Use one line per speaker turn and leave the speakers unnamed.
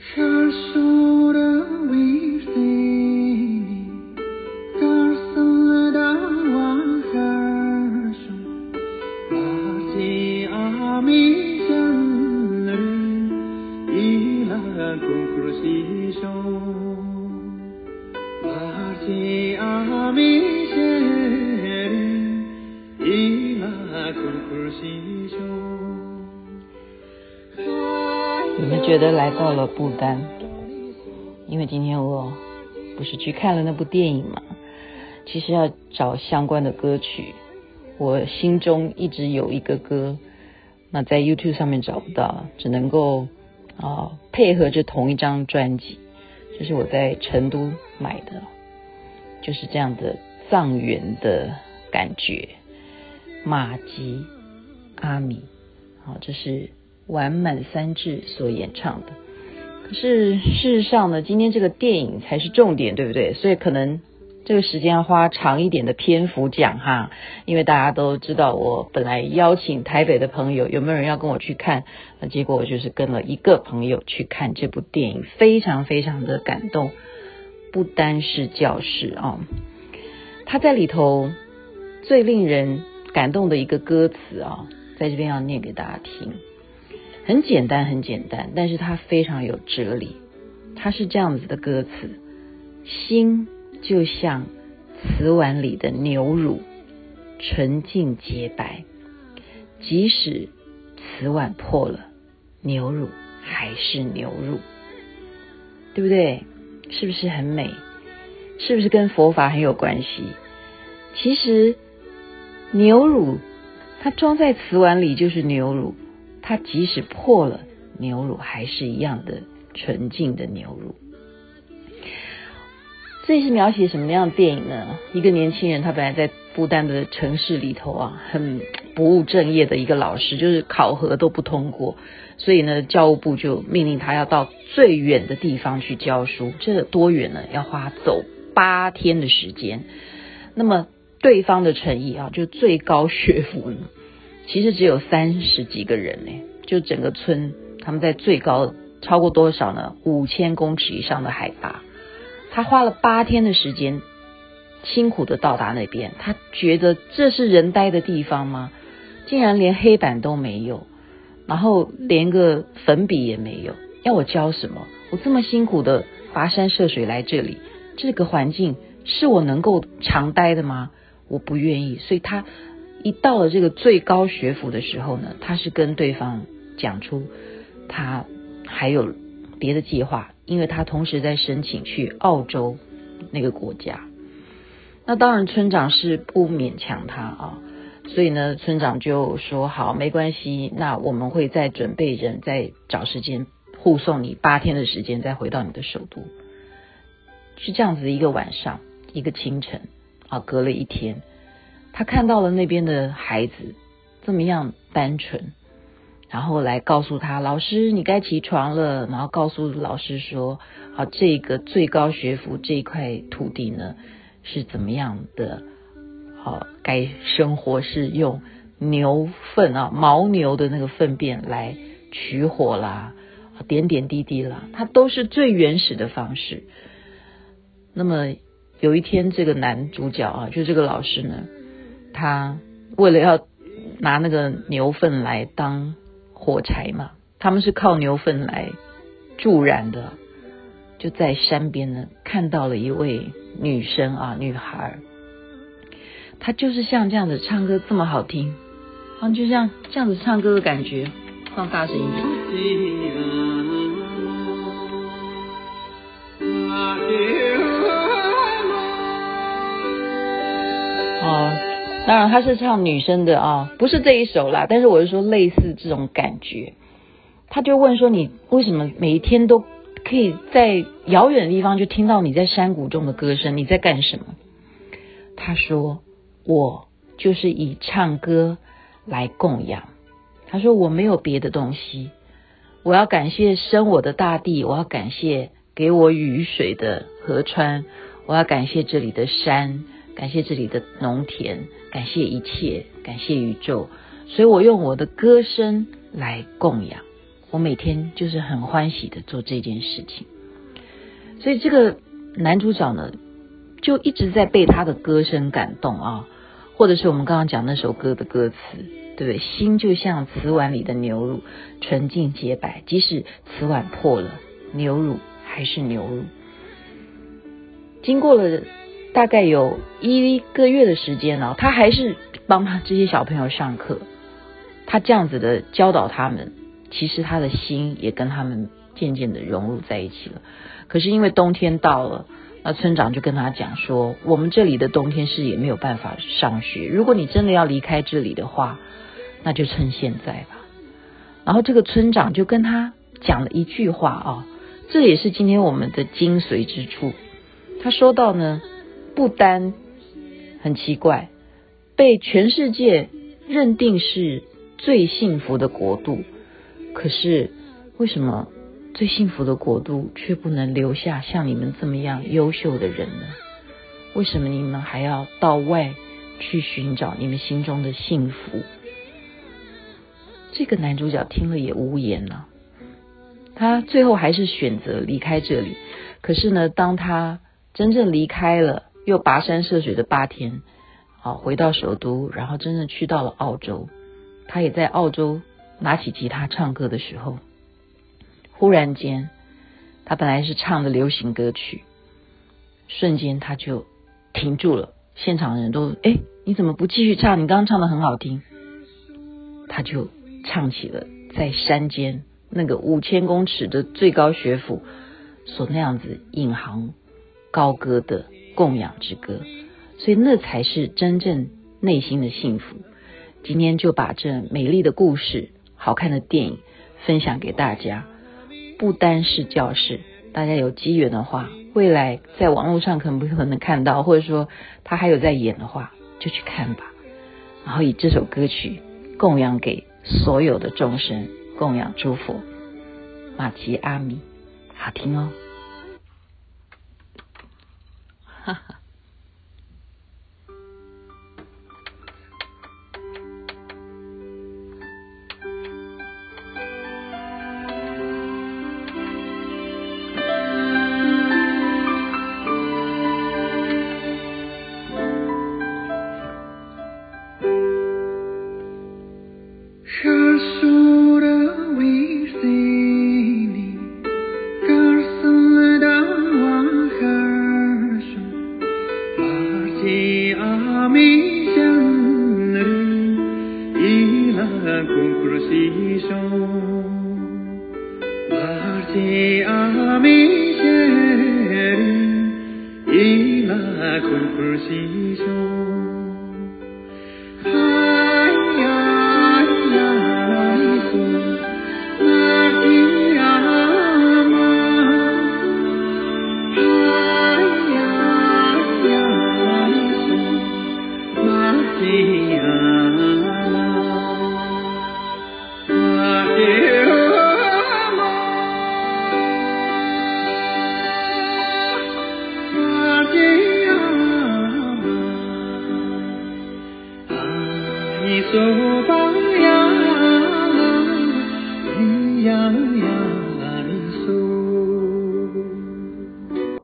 有没有觉得来到了不丹？因为今天我不是去看了那部电影嘛，其实要找相关的歌曲，我心中一直有一个歌，那在 YouTube 上面找不到，只能够配合着同一张专辑，就是我在成都买的，就是这样的藏原的感觉，玛吉阿米，这是完满三智所演唱的。可是事实上呢，今天这个电影才是重点，对不对？所以可能这个时间要花长一点的篇幅讲哈，因为大家都知道我本来邀请台北的朋友，有没有人要跟我去看？那结果我就是跟了一个朋友去看这部电影，非常非常的感动。不单是教室啊，他在里头最令人感动的一个歌词啊，在这边要念给大家听。很简单很简单，但是它非常有哲理。它是这样子的歌词：心就像瓷碗里的牛乳，纯净洁白，即使瓷碗破了，牛乳还是牛乳，对不对？是不是很美？是不是跟佛法很有关系？其实牛乳它装在瓷碗里就是牛乳，它即使破了，牛乳还是一样的纯净的牛乳。这是描写什么样的电影呢？一个年轻人，他本来在不丹的城市里头啊，很不务正业的一个老师，就是考核都不通过，所以呢，教务部就命令他要到最远的地方去教书。这多远呢？要走8天的时间。那么对方的诚意啊，就最高学府呢，其实只有30几个人呢，就整个村他们在最高超过多少呢？5000公尺以上的海拔。他花了8天的时间辛苦的到达那边，他觉得这是人待的地方吗？竟然连黑板都没有，然后连个粉笔也没有，要我教什么？我这么辛苦的跋山涉水来这里，这个环境是我能够常待的吗？我不愿意。所以他一到了这个最高学府的时候呢，他是跟对方讲出他还有别的计划，因为他同时在申请去澳洲那个国家。那当然村长是不勉强他啊，所以呢村长就说好，没关系，那我们会再准备人，再找时间护送你8天的时间，再回到你的首都。是这样子的一个晚上，一个清晨啊，隔了1天，他看到了那边的孩子这么样单纯，然后来告诉他，老师你该起床了，然后告诉老师说这个最高学府这一块土地呢是怎么样的该生活，是用牛粪牦牛的那个粪便来取火啦，点点滴滴啦，它都是最原始的方式。那么有一天这个男主角就这个老师呢，他为了要拿那个牛粪来当火柴嘛，他们是靠牛粪来助燃的，就在山边呢看到了一位女生女孩，她就是像这样子唱歌这么好听就像这样子唱歌的感觉，放大声一点。当然他是唱女生的不是这一首啦，但是我是说类似这种感觉。他就问说，你为什么每一天都可以在遥远的地方就听到你在山谷中的歌声，你在干什么？他说，我就是以唱歌来供养。他说我没有别的东西，我要感谢生我的大地，我要感谢给我雨水的河川，我要感谢这里的山，感谢这里的农田，感谢一切，感谢宇宙，所以我用我的歌声来供养。 我每天就是很欢喜的做这件事情。所以这个男主角呢，就一直在被他的歌声感动啊，或者是我们刚刚讲那首歌的歌词，对不对？心就像瓷碗里的牛乳，纯净洁白，即使瓷碗破了，牛乳还是牛乳。经过了大概有1个月的时间啊，他还是帮他这些小朋友上课，他这样子的教导他们，其实他的心也跟他们渐渐的融入在一起了。可是因为冬天到了，那村长就跟他讲说，我们这里的冬天是也没有办法上学，如果你真的要离开这里的话，那就趁现在吧。然后这个村长就跟他讲了一句话啊，这也是今天我们的精髓之处。他说到呢，不丹很奇怪，被全世界认定是最幸福的国度，可是为什么最幸福的国度却不能留下像你们这么样优秀的人呢？为什么你们还要到外去寻找你们心中的幸福？这个男主角听了也无言了，他最后还是选择离开这里。可是呢，当他真正离开了，又跋山涉水的8天，回到首都，然后真正去到了澳洲，他也在澳洲拿起吉他唱歌的时候，忽然间他本来是唱的流行歌曲，瞬间他就停住了，现场的人都你怎么不继续唱，你刚刚唱的很好听。他就唱起了在山间那个5000公尺的最高学府所那样子引吭高歌的供养之歌，所以那才是真正内心的幸福。今天就把这美丽的故事、好看的电影分享给大家。不单是教室，大家有机缘的话，未来在网络上可能看到，或者说他还有在演的话，就去看吧。然后以这首歌曲供养给所有的众生，供养诸佛。玛吉阿弥，好听哦。哈哈。
so